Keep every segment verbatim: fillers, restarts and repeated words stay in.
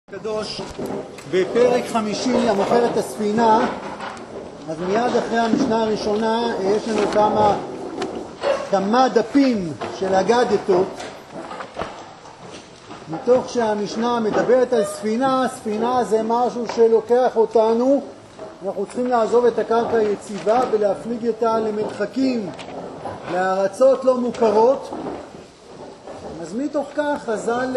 קדוש בפרק חמישי המוכר את הספינה. אז מיד אחרי המשנה הראשונה יש לנו כמה כמה דפים של אגדתות, מתוך שהמשנה מדברת על ספינה. ספינה זה משהו שלוקח אותנו, אנחנו צריכים לעזוב את הקרקע היציבה ולהפליג אותה למרחקים, לארצות לא מוכרות. אז מתוך כך חז"ל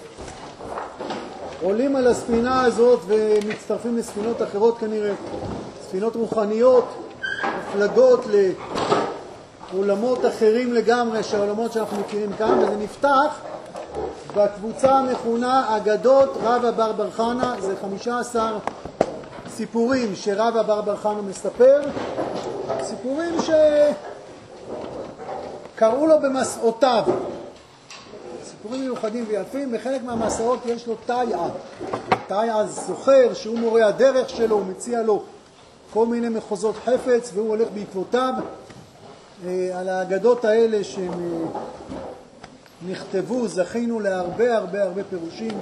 עולים על הספינה הזאת ומצטרפים לספינות אחרות, כנראה ספינות רוחניות, הפלגות לעולמות אחרים לגמרי שהעולמות שאנחנו מכירים כאן. וזה נפתח בקבוצה המכונה אגדות רבא בר בר חנה. זה חמישה עשר סיפורים שרבא בר בר חנה מספר, סיפורים שקראו לו במסעותיו, סיפורים מיוחדים ויפים. בחלק מהמסעות יש לו תאיה, תאיה זוכר שהוא מורה הדרך שלו, הוא מציע לו כל מיני מחוזות חפץ והוא הולך בעקבותיו. על האגדות האלה שהם נכתבו זכינו להרבה הרבה הרבה פירושים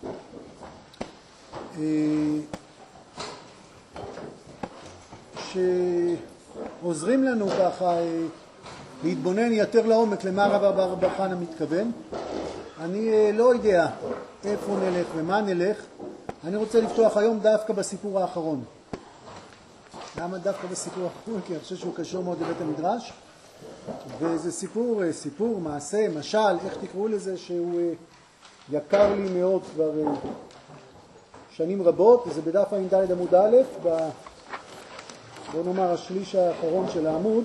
שעוזרים לנו ככה להתבונן יותר לעומק למה רבא בר בר חנה מתכוון. אני לא יודע איפה נלך ומה נלך. אני רוצה לפתוח היום דווקא בסיפור האחרון. למה דווקא בסיפור האחרון? כי אני חושב שהוא קשור מאוד לבית המדרש, וזה סיפור, סיפור, מעשה, משל, איך תקראו לזה, שהוא יקר לי מאוד כבר שנים רבות. זה בדף ע"ד עמוד א', ב... בוא נאמר השליש האחרון של העמוד,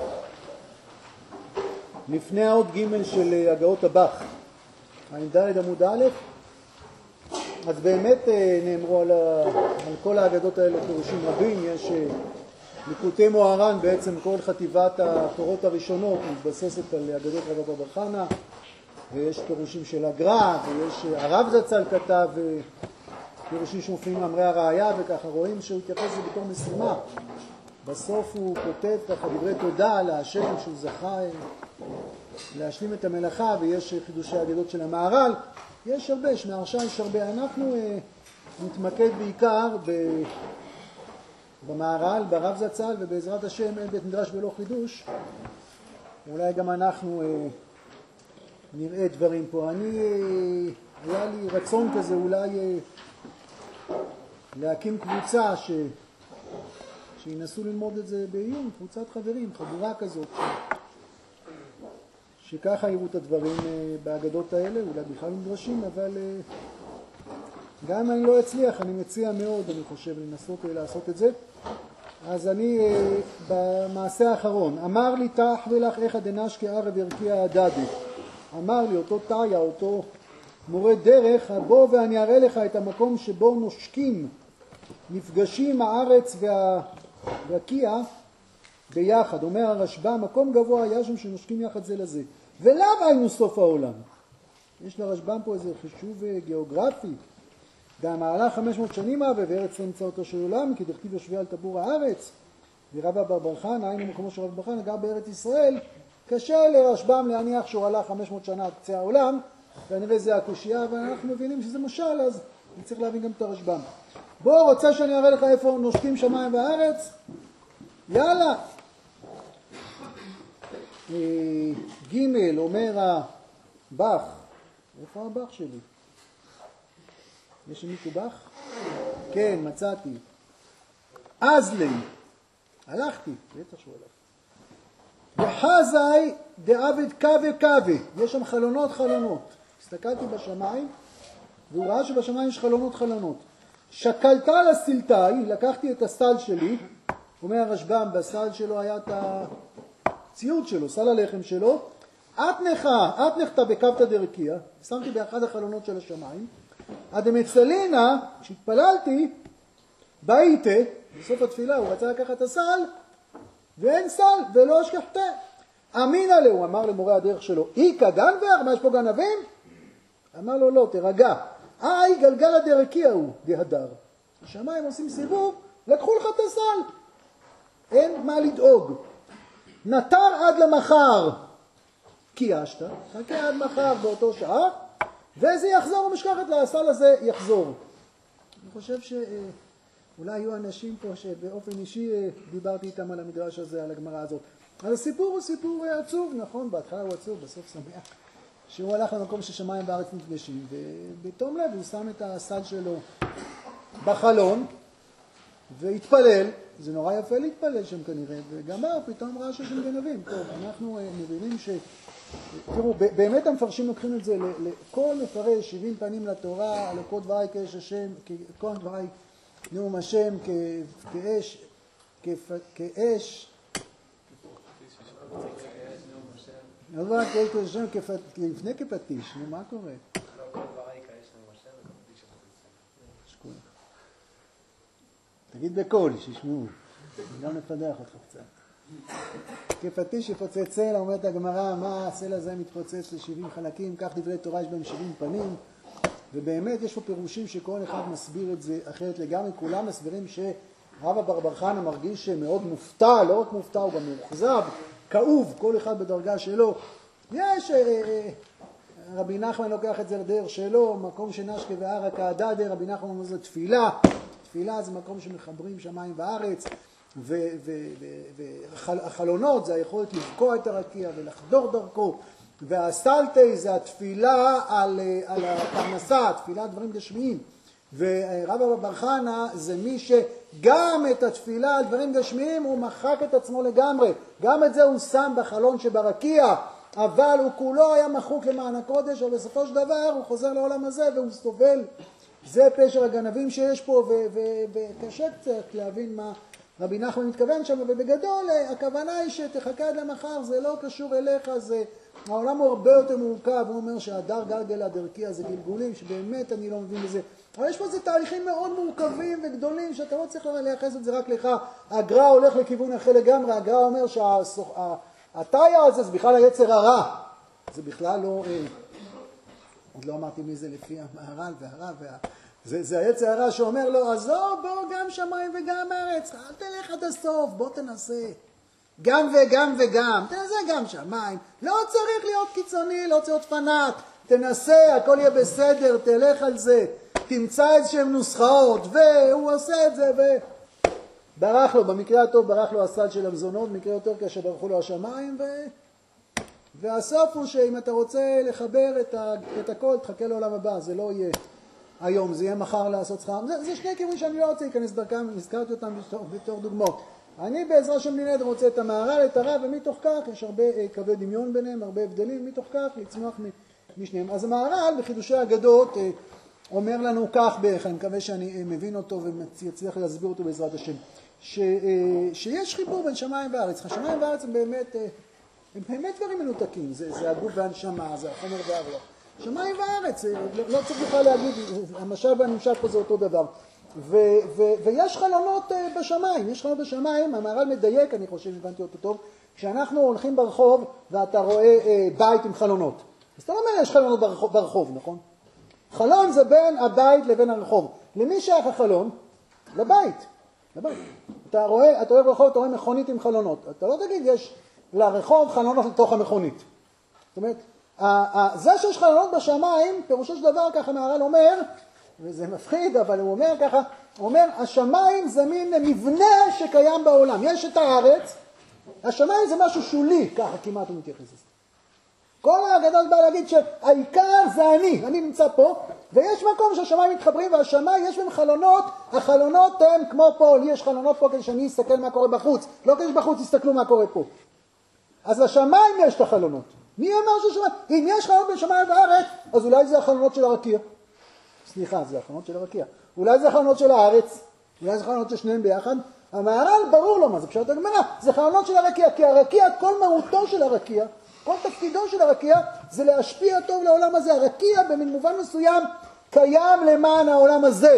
לפני האות ג' של הגאות הבח, ע"ד עמוד א'. אז באמת נאמרו על, ה... על כל האגדות האלה פירושים רבים. יש ליקוטי מוהר"ן, בעצם כל חטיבת התורות הראשונות מתבססת על אגדות רבא בר בר חנה, ויש פירושים של הגר"א, ויש הרב זצ"ל כתב פירושים שמופיעים מאמרי הראיה, וככה רואים שהוא התייחס לזה בתור משימה. בסוף הוא כותב ככה דברי תודה להשם שהוא זכה להשלים את המלאכה, ויש חידושי אגדות של המהר"ל. יש הרבה, מהרש"ל יש הרבה. אנחנו uh, נתמקד בעיקר ב... במהר"ל, ברב זצ"ל, ובעזרת השם אין בית מדרש ולא חידוש. אולי גם אנחנו uh, נראה דברים פה. אני, uh, היה לי רצון כזה אולי uh, להקים קבוצה ש... שינסו ללמוד את זה בעיון, קבוצת חברים, חבורה כזאת, ש... שככה יראו את הדברים uh, באגדות האלה, אולי בכלל מדרשים, אבל uh, גם אם אני לא אצליח, אני מציע מאוד, אני חושב, לנסות לעשות את זה. אז אני uh, במעשה האחרון, אמר לי תח ולך איך הדנשקי ערב ערכי העדדי. אמר לי אותו תאיה, אותו מורה דרך, בוא ואני אראה לך את המקום שבו נושקים, נפגשים הארץ וה... והקיע ביחד. אומר הרשב"ם, מקום גבוה היה שם שנושקים יחד זה לזה. ולאו היינו סוף העולם. יש לרשב"ם פה איזה חישוב גיאוגרפי. במהלך חמש מאות שנים אבה וארץ נמצאותו של עולם, כי דכתיב יושבי על טבור הארץ. ורבא בר בר חנה, היינו מקומו של רבא בר חנה, גר בארץ ישראל. קשה לרשב"ם להניח שהוא הלך חמש מאות שנה עד קצה העולם, כנראה זה הקושייה, אבל אנחנו מבינים שזה משל, אז אני צריך להבין גם את הרשב"ם. בוא, רוצה שאני אראה לך איפה נושקים שמיים וארץ? יאללה. ג' אומר הבח, איפה הבח שלי? יש מישהו בח? כן, מצאתי. אז לי, הלכתי, בטח שהוא הלך. וחזאי דעבד קווה קווה, יש שם חלונות חלונות. הסתכלתי בשמיים, והוא ראה שבשמיים יש חלונות חלונות. שקלתה לסלטאי, לקחתי את הסל שלי, אומר הרשב"ם, בסל שלו היה את הציוד שלו, סל הלחם שלו, את נחה, את נחתה בקבתא דרקיע, שמתי באחד החלונות של השמיים, עד המצלינה, כשהתפללתי, באיתה, בסוף התפילה הוא רצה לקחת את הסל, ואין סל, ולא אשכחתה. אמין עליה, הוא אמר למורה הדרך שלו, איקה גנבר, מה יש פה גנבים? אמר לו, לא, תרגע. איי, גלגל הדרקיע הוא, דהדר. השמיים עושים סיבוב, לקחו לך את הסל. אין מה לדאוג. נטר עד למחר. קיישת, חכה עד מחר באותו שעה, וזה יחזור ומשכחת לסל הזה יחזור. אני חושב שאולי היו אנשים פה שבאופן אישי דיברתי איתם על המדרש הזה, על הגמרא הזאת. אז הסיפור הוא סיפור עצוב, נכון? בהתחלה הוא עצוב, בסוף שמח. שהוא הלך למקום ששמיים וארץ נפגשים, ובתום לב הוא שם את הסל שלו בחלון, והתפלל. זה נורא יפה להתפלל שם כנראה, וגמר, פתאום ראה שיש שם גנבים. טוב, אנחנו מבינים ש... תראו, באמת המפרשים לוקחים את זה לכל מפרש, שבעים פנים לתורה, על כל דברי כאש השם, כל דברי נאום השם, כאש, כאש, אבל כאש השם, לפני כפטיש, מה קורה? תגיד בקול, שישמעו, גם נפדח אותך קצת. כפטיש יפוצץ סלע, אומרת הגמרא, מה הסלע הזה מתפוצץ ל-שבעים חלקים, כך דברי תורה יש בהם שבעים פנים, ובאמת יש פה פירושים שכל אחד מסביר את זה אחרת לגמרי, כולם מסבירים שרבא בר בר חנא מרגיש מאוד מופתע, לא רק מופתע, הוא גם מאוכזב, כאוב, כל אחד בדרגה שלו. יש, רבי נחמן לוקח את זה לדרך שלו, מקום שנשקה וערא כהדדה, רבי נחמן אומר זה תפילה, תפילה זה מקום שמחברים שמיים וארץ, והחלונות זה היכולת לבקוע את הרקיע ולחדור דרכו, והסטלטי זה התפילה על, על הפרנסה, תפילה דברים גשמיים, ורבא בר חנא זה מי שגם את התפילה על דברים גשמיים הוא מחק את עצמו לגמרי, גם את זה הוא שם בחלון שברקיע, אבל הוא כולו היה מחוק למען הקודש, אבל בסופו של דבר הוא חוזר לעולם הזה והוא סובל. זה פשר הגנבים שיש פה, וקשה קצת להבין מה רבי נחמן מתכוון שם, ובגדול הכוונה היא שתחכה עד למחר, זה לא קשור אליך, זה, העולם הוא הרבה יותר מורכב, הוא אומר שהדר גלגל הדרכיה זה גלגולים, שבאמת אני לא מבין בזה, אבל יש פה זה תהליכים מאוד מורכבים וגדולים, שאתה לא צריך לייחס את זה רק לך, הגר"א הולך לכיוון אחר לגמרי, הגר"א אומר שהתאיה הזה זה בכלל היצר הרע, זה בכלל לא... עוד לא אמרתי מי זה לפי המהר"ל והר"ב, וה... זה, זה היצר הרע שאומר לו, עזוב, בוא גם שמיים וגם ארץ, אל תלך עד הסוף, בוא תנסה. גם וגם וגם, תנסה גם שמיים, לא צריך להיות קיצוני, לא צריך להיות פנאט, תנסה, הכל יהיה בסדר, תלך על זה, תמצא איזשהם נוסחאות, והוא עושה את זה, וברח לו, במקרה הטוב ברח לו הסד של המזונות, במקרה יותר קשה ברחו לו השמיים, ו... והסוף הוא שאם אתה רוצה לחבר את, ה... את הכל, תחכה לעולם הבא, זה לא יהיה היום, זה יהיה מחר לעשות שכר. זה, זה שני כיוונים שאני לא רוצה להיכנס דרכם, נזכרתי אותם בתור, בתור דוגמאות. אני בעזרה של מנהד רוצה את המהר"ל, את הר"ב, ומתוך כך יש הרבה קווי דמיון ביניהם, הרבה הבדלים, מתוך כך לצמוח משניהם. אז המהר"ל בחידושי האגדות אומר לנו כך בערך, אני מקווה שאני מבין אותו ויצליח להסביר אותו בעזרת השם, ש, שיש חיבור בין שמיים וארץ. השמיים וארץ הם באמת, הם באמת דברים מנותקים, זה, זה הגוף והנשמה, זה החומר והרוח. שמיים וארץ, לא, לא צריך בכלל להגיד, המשל והנמשל פה זה אותו דבר. ו, ו, ויש חלונות בשמיים, יש חלונות בשמיים, המהר"ל מדייק, אני חושב שהבנתי אותו טוב, כשאנחנו הולכים ברחוב ואתה רואה בית עם חלונות. אז אתה לא אומר יש חלונות ברחוב, ברחוב, נכון? חלון זה בין הבית לבין הרחוב. למי שייך החלון? לבית. לבית. אתה רואה, אתה רואה ברחוב, אתה רואה מכונית עם חלונות. אתה לא תגיד, יש לרחוב חלונות לתוך המכונית. זאת אומרת, זה שיש חלונות בשמיים, פירושו של דבר, ככה מהר"ל אומר, וזה מפחיד, אבל הוא אומר ככה, הוא אומר, השמיים זה מין מבנה שקיים בעולם. יש את הארץ, השמיים זה משהו שולי, ככה כמעט הוא מתייחס לזה. כל האגדות בא להגיד שהעיקר זה אני, אני נמצא פה, ויש מקום שהשמיים מתחברים, והשמיים יש בהם חלונות, החלונות הם כמו פה, לי יש חלונות פה כדי שאני אסתכל מה קורה בחוץ, לא כדי שבחוץ יסתכלו מה קורה פה. אז לשמיים יש את החלונות. מי אמר ששמיים? אם יש חלונות בין שמיים וארץ, אז אולי זה החלונות של הרקיע. סליחה, זה החלונות של הרקיע. אולי זה החלונות של הארץ, אולי זה חלונות של שניהם ביחד. המהר"ל ברור לו מה זה, פשוט הגמרא, זה חלונות של הרקיע, כי הרקיע, כל מהותו של הרקיע, כל תפקידו של הרקיע זה להשפיע טוב לעולם הזה. הרקיע במין מובן מסוים קיים למען העולם הזה.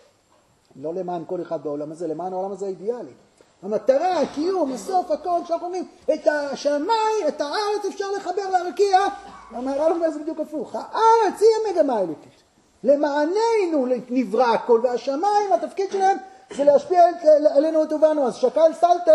לא למען כל אחד בעולם הזה, למען העולם הזה האידיאלי. המטרה, הקיום, הסוף, הכל, כשאנחנו אומרים, את השמיים, את הארץ אפשר לחבר להרקיע, המהר"ל אומר זה בדיוק הפוך. הארץ היא המגמה האלוקית. למעננו נברא הכל, והשמיים, התפקיד שלהם זה להשפיע עלינו את טובנו. אז שקל סלטה,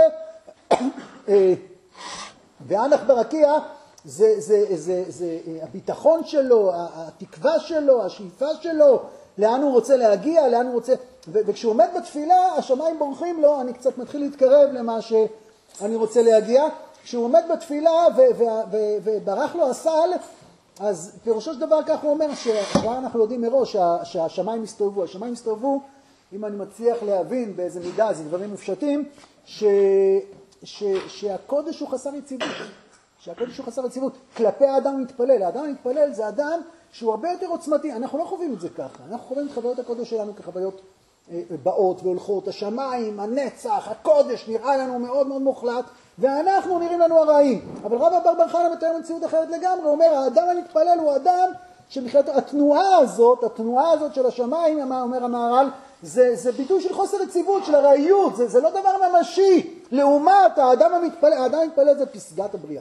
ואנח ברקיע, זה, זה, זה, זה הביטחון שלו, התקווה שלו, השאיפה שלו, לאן הוא רוצה להגיע, לאן הוא רוצה... ו- וכשהוא עומד בתפילה, השמיים בורחים לו, אני קצת מתחיל להתקרב למה שאני רוצה להגיע. כשהוא עומד בתפילה ו- ו- ו- וברח לו הסל, אז פירושו של דבר כך הוא אומר, שכבר אנחנו יודעים מראש שה- שהשמיים מסתובבו. השמיים מסתובבו, אם אני מצליח להבין באיזה מידה, זה דברים מופשטים, ש- ש- שהקודש הוא חסר יציבות. שהקודש הוא חסר יציבות. כלפי האדם מתפלל. האדם מתפלל זה אדם שהוא הרבה יותר עוצמתי. אנחנו לא חווים את זה ככה. אנחנו חווים את חוויות הקודש שלנו כחוויות אה, באות והולכות. השמיים, הנצח, הקודש נראה לנו מאוד מאוד מוחלט, ואנחנו נראים לנו הרעים. אבל רב אבר בר חנה מתאר מציאות אחרת לגמרי. הוא אומר, האדם המתפלל הוא אדם שבכלל התנועה הזאת, התנועה הזאת של השמיים, אומר המהר"ל, זה, זה ביטוי של חוסר יציבות, של הראיות. זה, זה לא דבר ממשי. לעומת האדם המתפלל, האדם המתפלל זה פסגת הבריאה.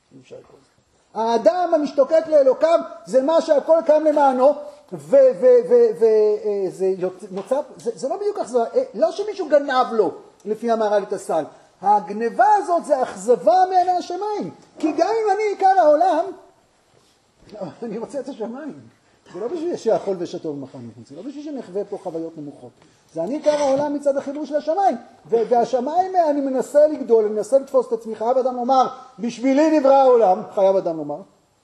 האדם המשתוקק לאלוקיו זה מה שהכל קם למענו, וזה נוצר, זה לא בדיוק אכזבה, לא שמישהו גנב לו לפי המהר"ל את הסל. הגניבה הזאת זה אכזבה מעיני השמיים, כי גם אם אני עיקר העולם, אני רוצה את השמיים. זה לא בשביל שיאכול ושתו במחנה, זה לא בשביל שנחווה פה חוויות נמוכות. זה אני עיקר העולם מצד החיבור של השמיים. והשמיים אני מנסה לגדול, אני מנסה לתפוס את עצמי, חייב אדם לומר, בשבילי נברא העולם, חייב אדם לומר.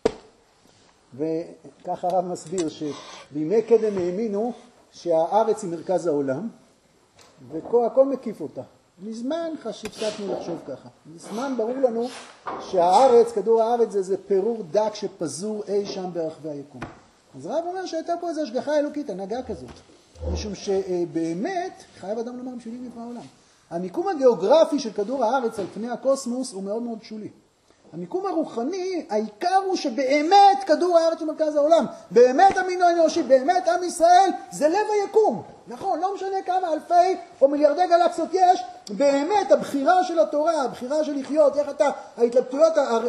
וככה הרב מסביר שבימי קדם האמינו שהארץ היא מרכז העולם, והכל מקיף אותה. מזמן הפסקנו לחשוב ככה. מזמן ברור לנו שהארץ, כדור הארץ, זה איזה פירור דק שפזור אי שם ברחבי היקום. אז רב אומר שהייתה פה איזו השגחה אלוקית, הנהגה כזאת. משום שבאמת, חייב אדם לומר בשבילי נברא העולם. המיקום הגיאוגרפי של כדור הארץ על פני הקוסמוס הוא מאוד מאוד שולי. המיקום הרוחני, העיקר הוא שבאמת כדור הארץ הוא מרכז העולם. באמת המין האנושי, באמת עם ישראל, זה לב היקום. נכון, לא משנה כמה אלפי או מיליארדי גלקסיות יש, באמת הבחירה של התורה, הבחירה של לחיות, איך אתה, ההתלבטויות,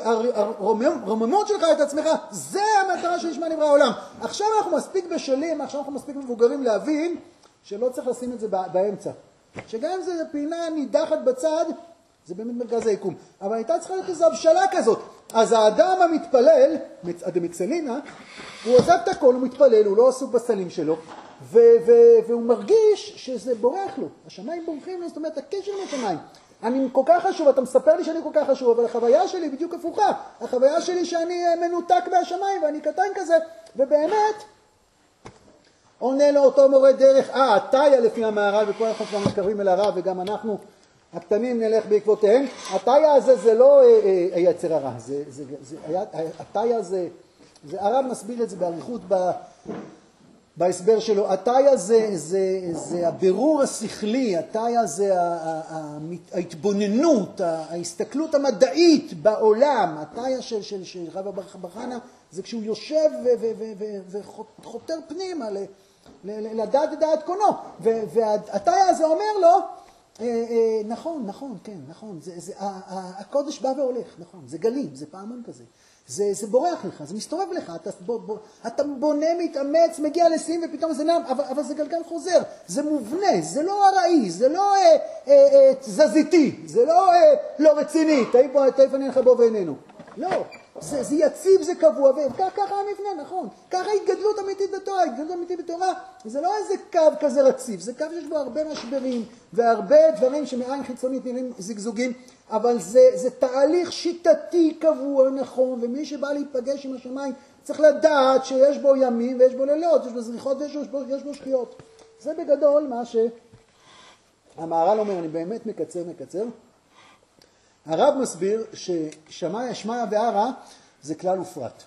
הרוממות שלך את עצמך, זה המטרה שלשמה נברא העולם. עכשיו אנחנו מספיק בשלים, עכשיו אנחנו מספיק מבוגרים להבין שלא צריך לשים את זה באמצע. שגם אם זה פינה נידחת בצד, זה באמת מרכז היקום. אבל הייתה צריכה להיות איזו הבשלה כזאת. אז האדם המתפלל, הדמצלינה, הוא עוזב את הכל, הוא מתפלל, הוא לא עסוק בסלים שלו, ו- ו- והוא מרגיש שזה בורח לו. השמיים בורחים לו, זאת אומרת, הקשר עם השמיים. אני כל כך חשוב, אתה מספר לי שאני כל כך חשוב, אבל החוויה שלי בדיוק הפוכה. החוויה שלי שאני מנותק מהשמיים, ואני קטן כזה, ובאמת, עונה לו אותו מורה דרך, אה, התאיה לפי המהר"ל, וכל אנחנו כבר מתקרבים אל הרב, וגם אנחנו, הקטנים נלך בעקבותיהם. התאיה הזה זה לא היצר הרע, זה, זה, זה, התאיה זה, זה, הרב מסביר את זה בעריכות ב, בהסבר שלו. התאיה זה, זה, זה הבירור השכלי, התאיה זה ההתבוננות, ההסתכלות המדעית בעולם. התאיה של, של, של רב אבר חנה זה כשהוא יושב וחותר פנימה לדעת את דעת קונו, והתאיה הזה אומר לו, נכון, נכון, כן, נכון, זה, זה, הקודש בא והולך, נכון, זה גלים, זה פעמון כזה, זה, זה בורח לך, זה מסתובב לך, אתה, בוא, בוא, אתה בונה, מתאמץ, מגיע לסיים ופתאום זה נעם, אבל, אבל זה גלגל חוזר, זה מובנה, זה לא הראי, זה לא אה, אה, אה, זזיתי, זה לא, אה, לא רציני, תאיפה נהיה לך בו ואיננו, לא. זה, זה יציב, זה קבוע, וככה המבנה, נכון. ככה התגדלות אמיתית בתורה, התגדלות אמיתית בתורה, זה לא איזה קו כזה רציף, זה קו שיש בו הרבה משברים, והרבה דברים שמעין חיצונית נראים זגזוגים, אבל זה, זה תהליך שיטתי, קבוע, נכון, ומי שבא להיפגש עם השמיים צריך לדעת שיש בו ימים ויש בו לילות, יש בו זריחות ויש בו, יש בו שקיעות. זה בגדול מה שהמהר"ל אומר, אני באמת מקצר, מקצר. הרב מסביר ששמיה, שמיה וערה זה כלל ופרט.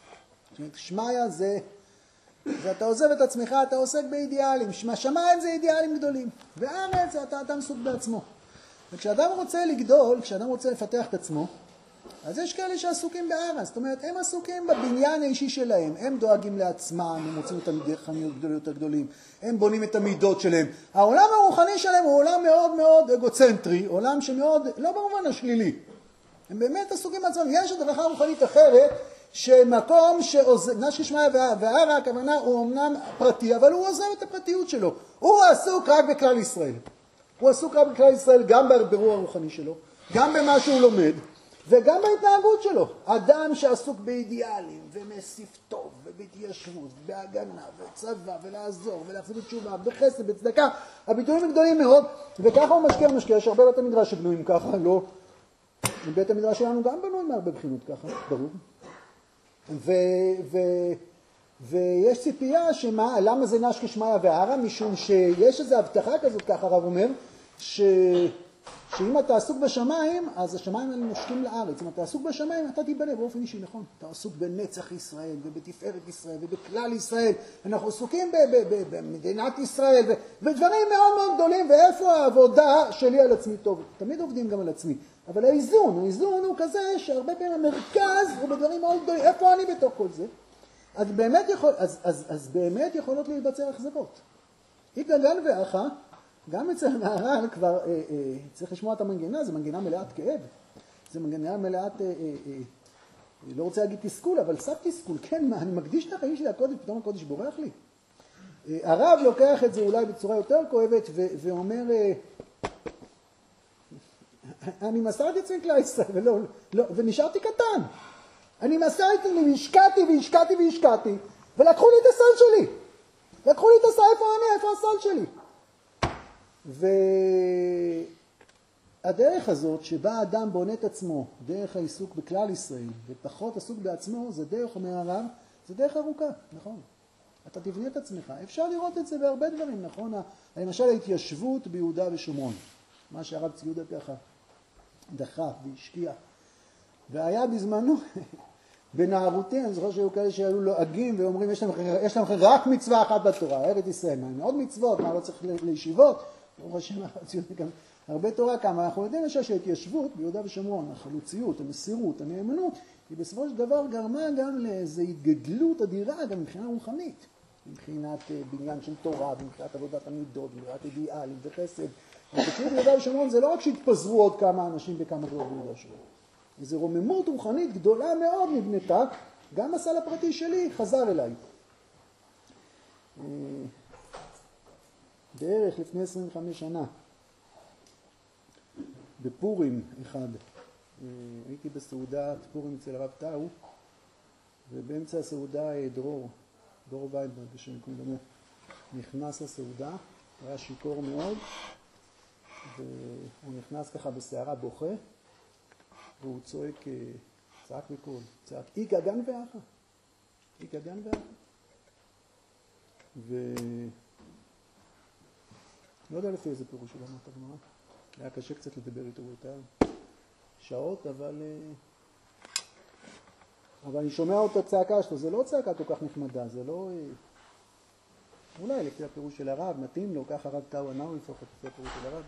שמיה זה, זה אתה עוזב את עצמך, אתה עוסק באידיאלים. שמיים זה אידיאלים גדולים. והארץ זה אתה, אתה מסוג בעצמו. וכשאדם רוצה לגדול, כשאדם רוצה לפתח את עצמו, אז יש כאלה שעסוקים בארץ. זאת אומרת, הם עסוקים בבניין האישי שלהם. הם דואגים לעצמם, הם מוצאים את המחניות גדולות הגדולים. הם בונים את המידות שלהם. העולם הרוחני שלהם הוא עולם מאוד מאוד אגוצנטרי, עולם שמאוד, לא במובן השלילי. הם באמת עסוקים בעצמם. יש הדרכה רוחנית אחרת, שמקום שעוזב, נשי שמיה והערה, הכוונה הוא אמנם פרטי, אבל הוא עוזב את הפרטיות שלו. הוא עסוק רק בכלל ישראל. הוא עסוק רק בכלל ישראל, גם בבירור הרוחני שלו, גם במה שהוא לומד. וגם בהתנהגות שלו. אדם שעסוק באידיאלים, ומסיף טוב, ובהתיישבות, בהגנה, וצבא, ולעזור, ולהחזיר בתשובה, בחסד, בצדקה, הביטויים הם גדולים מאוד, וככה הוא משקיע משקיע, יש הרבה בית המדרש שבנויים ככה, לא. בית המדרש שלנו גם בנויים מהרבה בחינות ככה, ברור. ו... ו... ויש ציפייה שמה, למה זה נש כשמיה והרה? משום שיש איזו הבטחה כזאת, ככה הרב אומר, ש... שאם אתה עסוק בשמיים, אז השמיים האלה נושקים לארץ. אם אתה עסוק בשמיים, אתה תיבנה באופן אישי, נכון? אתה עסוק בנצח ישראל, ובתפארת ישראל, ובכלל ישראל. אנחנו עסוקים במדינת ישראל, ודברים מאוד מאוד גדולים, ואיפה העבודה שלי על עצמי טוב? תמיד עובדים גם על עצמי. אבל האיזון, האיזון הוא כזה שהרבה פעמים המרכז הוא בדברים מאוד גדולים. איפה אני בתוך כל זה? אז באמת, יכול, אז, אז, אז באמת יכולות להיבצר אכזבות. יגאל ואחה, גם אצל מהר"ל כבר אה, אה, צריך לשמוע את המנגינה, זה מנגינה מלאת כאב. זה מנגינה מלאת, אה, אה, אה, לא רוצה להגיד תסכול, אבל סף תסכול. כן, מה, אני מקדיש את החיים שלי לקודש, פתאום הקודש בורח לי. אה, הרב לוקח את זה אולי בצורה יותר כואבת ו- ואומר, אה, אני מסרתי אצלי כלל ישראל ולא, לא, ונשארתי קטן. אני מסרתי והשקעתי והשקעתי והשקעתי, ולקחו לי את הסל שלי. לקחו לי את הסל, איפה אני, איפה הסל שלי? והדרך הזאת שבה האדם בונה את עצמו, דרך העיסוק בכלל ישראל, ופחות עסוק בעצמו, זה דרך, אומר הרב, זה דרך ארוכה, נכון? אתה תבנה את עצמך. אפשר לראות את זה בהרבה דברים, נכון? למשל ההתיישבות ביהודה ושומרון, מה שהרב ציודה ככה דחף והשקיע. והיה בזמנו, בנערותי, אני זוכר שהיו כאלה שהיו לועגים ואומרים, יש להם, יש להם רק מצווה אחת בתורה, ארץ ישראל, מה, עוד מצוות, מה, לא צריך לישיבות, ברוך השם, גם הרבה תורה כמה, אנחנו יודעים למשל שההתיישבות ביהודה ושומרון, החלוציות, המסירות, הנאמנות, היא בסופו של דבר גרמה גם לאיזו התגדלות אדירה, גם מבחינה רוחנית, מבחינת בניין של תורה, מבחינת עבודת המידות, מבחינת אידיאלים וחסד. ההתיישבות ביהודה ושומרון זה לא רק שהתפזרו עוד כמה אנשים בכמה גדול ביהודה ושומרון. איזו רוממות רוחנית גדולה מאוד נבנתה, גם הסל הפרטי שלי חזר אליי. בערך לפני עשרים וחמש שנה, בפורים אחד, הייתי בסעודת פורים אצל הרב טאו, ובאמצע הסעודה דרור, דרור ויידברג, בשם יקום דמו, נכנס לסעודה, הוא היה שיקור מאוד, והוא נכנס ככה בסערה בוכה, והוא צועק, צעק בקול, צעק, איגה גן ואחה, איגה גן ואחה. ו... לא יודע לפי איזה פירוש הוא למד את הגמרא. היה קשה קצת לדבר איתו באותה שעות, אבל... אבל אני שומע אותו צעקה שלו, זה לא צעקה כל כך נחמדה, זה לא... אולי לפי הפירוש של הרב, מתאים לו, ככה הרב טאו ענה, לפחות לפי הפירוש של הרב.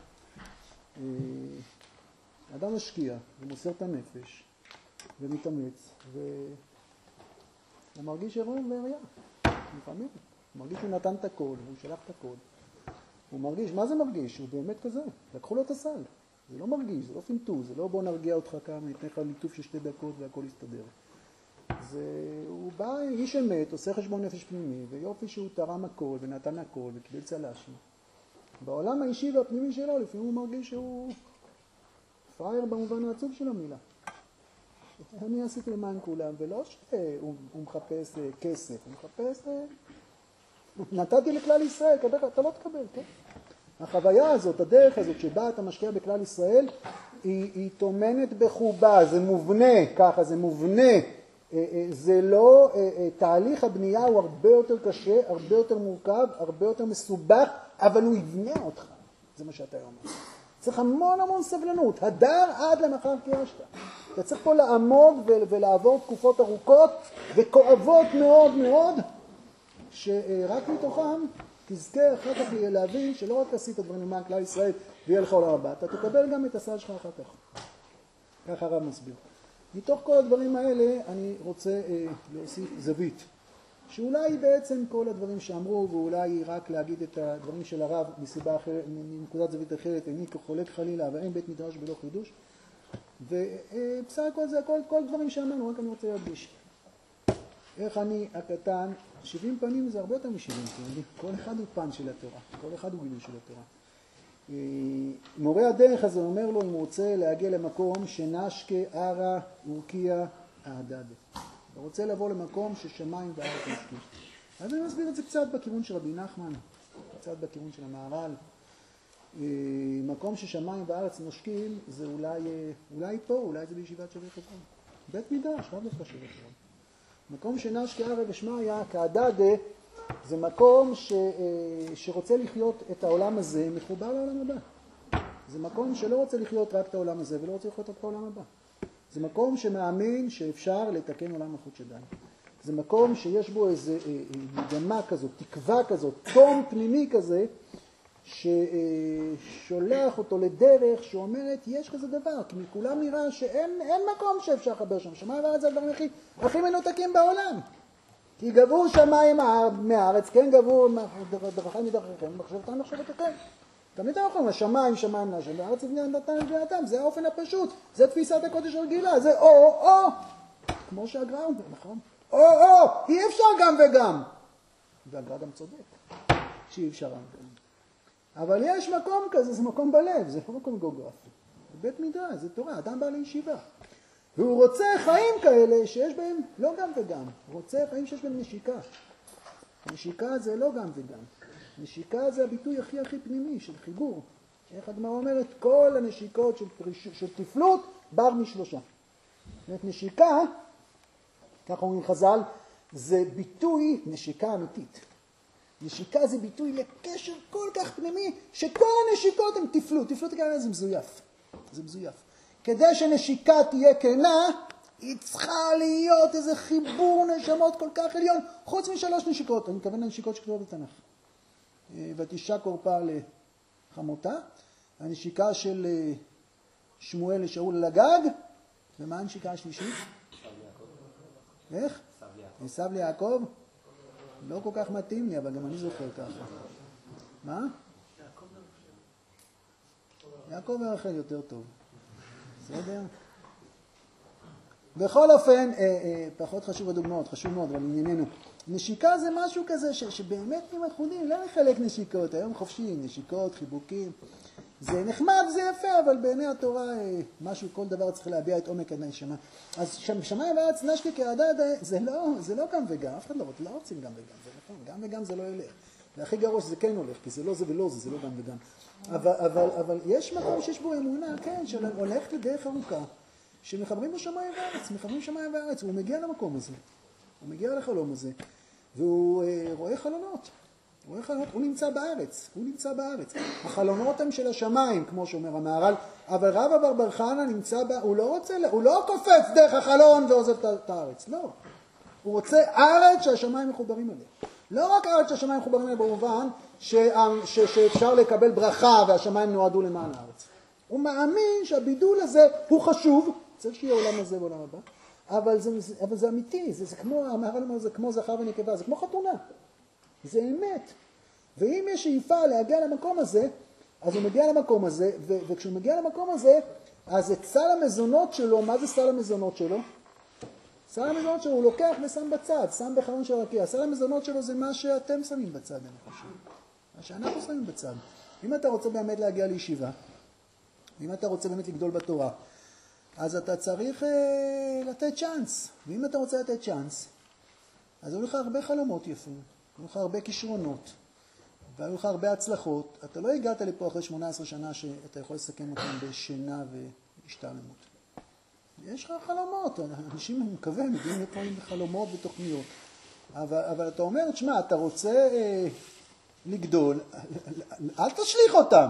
אדם משקיע ומוסר את הנפש ומתאמץ והוא מרגיש עירום ועריה. לפעמים הוא מרגיש שהוא נתן את הכל והוא שלח את הכל. הוא מרגיש, מה זה מרגיש? הוא באמת כזה. לקחו לו את הסל. זה לא מרגיש, זה לא פינטו, זה לא בוא נרגיע אותך כמה, ניתן לך ליטוף של שתי דקות והכל יסתדר. זה, הוא בא, איש אמת, עושה חשבון נפש פנימי ויופי שהוא תרם הכל ונתן הכל וקיבל צל"שים. בעולם האישי והפנימי שלו לפעמים הוא מרגיש שהוא פרייר במובן העצוב של המילה. אני עשיתי למען כולם, ולא שהוא מחפש כסף, הוא מחפש... נתתי לכלל ישראל, אתה לא תקבל, כן? החוויה הזאת, הדרך הזאת שבה אתה משקיע בכלל ישראל, היא, היא תומנת בחובה, זה מובנה, ככה, זה מובנה. זה לא, תהליך הבנייה הוא הרבה יותר קשה, הרבה יותר מורכב, הרבה יותר מסובך, אבל הוא יבנה אותך. זה מה שאתה אומר. צריך המון המון סבלנות, הדר עד למחר קיישת. אתה צריך פה לעמוד ולעבור תקופות ארוכות וכואבות מאוד מאוד, שרק מתוכם תזכה אחר כך להבין שלא רק עשית דברים למען כלל ישראל ויהיה לך עולם הבא, אתה תקבל גם את הסל שלך אחר כך. ככה הרב מסביר. מתוך כל הדברים האלה אני רוצה אה, להוסיף זווית, שאולי בעצם כל הדברים שאמרו, ואולי רק להגיד את הדברים של הרב מסיבה אחרת, מנקודת זווית אחרת, איני כחולק חלילה, ואין בית מדרש בלא חידוש, ובסך הכל זה כל, כל דברים שאמרנו, רק אני רוצה להדגיש. איך אני הקטן, שבעים פנים זה הרבה יותר משבעים פנים, כל אחד הוא פן של התורה, כל אחד הוא גילוי של התורה. מורה הדרך הזה אומר לו אם הוא רוצה להגיע למקום שנשקה ערה אורקיה העדד. הוא רוצה לבוא למקום ששמיים וארץ נשקים. אז אני מסביר את זה קצת בכיוון של רבי נחמן, קצת בכיוון של המהר"ל. מקום ששמיים וארץ נושקים זה אולי, אולי פה, אולי זה בישיבת שבי חברון. בית מדרש, לא דווקא שבי חברון. מקום שנשקה ערה ושמיא כעדד זה מקום ש, שרוצה לחיות את העולם הזה מחובר לעולם הבא. זה מקום שלא רוצה לחיות רק את העולם הזה ולא רוצה לחיות רק את העולם הבא. זה מקום שמאמין שאפשר לתקן עולם מלכות שדיים. זה מקום שיש בו איזו מגמה כזאת, תקווה כזאת, תום פנימי כזה, ששולח אותו לדרך שאומרת יש כזה דבר, כי מכולם נראה שאין אין מקום שאפשר לחבר שם. שמיים וארץ זה הדברים הכי, הכי מנותקים בעולם. כי גבו שמיים מהארץ, כן גבו דרכי מדרכיכם, מחשבתם מחשבתכם. תמיד אנחנו אומרים, השמיים שמיים להשם, והארץ נתן לבנייתם, זה האופן הפשוט, זה תפיסת הקודש הרגילה, זה או או או, כמו שהגר"א אומר, נכון? או או, אי אפשר גם וגם. והגר"א גם צודק, שאי אפשר גם וגם. אבל יש מקום כזה, זה מקום בלב, זה לא מקום גיאוגרפי. זה בית מדרש, זה תורה, אדם בא לישיבה. והוא רוצה חיים כאלה שיש בהם לא גם וגם, הוא רוצה חיים שיש בהם נשיקה. נשיקה זה לא גם וגם. נשיקה זה הביטוי הכי הכי פנימי של חיבור. איך הגמרא אומרת? כל הנשיקות של, פריש... של תפלות בר משלושה. זאת נשיקה, ככה אומרים חז"ל, זה ביטוי נשיקה אמיתית. נשיקה זה ביטוי לקשר כל כך פנימי, שכל הנשיקות הן תפלות. תפלות כאלה זה מזויף. זה מזויף. כדי שנשיקה תהיה כנה, היא צריכה להיות איזה חיבור נשמות כל כך עליון, חוץ משלוש נשיקות. אני מתכוון לנשיקות שכתובות בתנ"ך. ותשק עורפה לחמותה, הנשיקה של שמואל לשאול על הגג, ומה הנשיקה השלישית? איך? עשיו ליעקב? לא כל כך מתאים לי, אבל גם אני זוכר ככה. מה? יעקב ורחל יותר טוב. בסדר? בכל אופן, פחות חשוב הדוגמאות, חשוב מאוד, אבל ענייננו. נשיקה זה משהו כזה ש, שבאמת אם אנחנו יודעים, לא לחלק נשיקות, היום חופשיים, נשיקות, חיבוקים. זה נחמד, זה יפה, אבל בעיני התורה משהו, כל דבר צריך להביע את עומק הנשמה. אז שמיים וארץ נשקה כעדד, זה לא, זה לא גם וגם, אף אחד לא, לא רוצים גם וגם, זה נכון, גם וגם זה לא ילך. והכי גרוע שזה כן הולך, כי זה לא זה ולא זה, זה לא גם וגם. אבל, אבל, אבל יש מקום שיש בו אמונה, כן, שהולכת לדרך ארוכה, שמחברים בשמיים וארץ, מחברים שמיים וארץ, והוא מגיע למקום הזה. הוא מגיע לחלום הזה, והוא אה, רואה חלונות. הוא רואה חלונות, הוא נמצא בארץ, הוא נמצא בארץ. החלונות הם של השמיים, כמו שאומר המהר"ל, אבל רב אבר בר חנא נמצא בה, הוא לא רוצה, הוא לא קופץ דרך החלון ועוזב את הארץ, לא. הוא רוצה ארץ שהשמיים מחוברים אליה. לא רק ארץ שהשמיים מחוברים אליה במובן ש, ש, שאפשר לקבל ברכה והשמיים נועדו למען הארץ. הוא מאמין שהבידול הזה הוא חשוב, צריך שיהיה עולם הזה ועולם הבא, אבל זה, אבל זה אמיתי, זה, זה כמו, המהר"ל אומר, זה כמו זכר ונקבה, זה כמו חתונה. זה אמת. ואם יש שאיפה להגיע למקום הזה, אז הוא מגיע למקום הזה, ו- וכשהוא מגיע למקום הזה, אז את סל המזונות שלו, מה זה סל המזונות שלו? סל המזונות שלו הוא לוקח ושם בצד, שם בחלון של רקיע. סל המזונות שלו זה מה שאתם שמים בצד, אני חושב. מה שאנחנו שמים בצד. אם אתה רוצה באמת להגיע לישיבה, אם אתה רוצה באמת לגדול בתורה, אז אתה צריך אה, לתת צ'אנס. ואם אתה רוצה לתת צ'אנס, אז היו לך הרבה חלומות יפים, היו לך הרבה כישרונות, והיו לך הרבה הצלחות. אתה לא הגעת לפה אחרי שמונה עשרה שנה שאתה יכול לסכם אותם בשינה והשתעממות. יש לך חלומות, אנשים, אני מקווה, מגיעים לפה עם חלומות ותוכניות. אבל, אבל אתה אומר, תשמע, אתה רוצה אה, לגדול, אל תשליך אותם.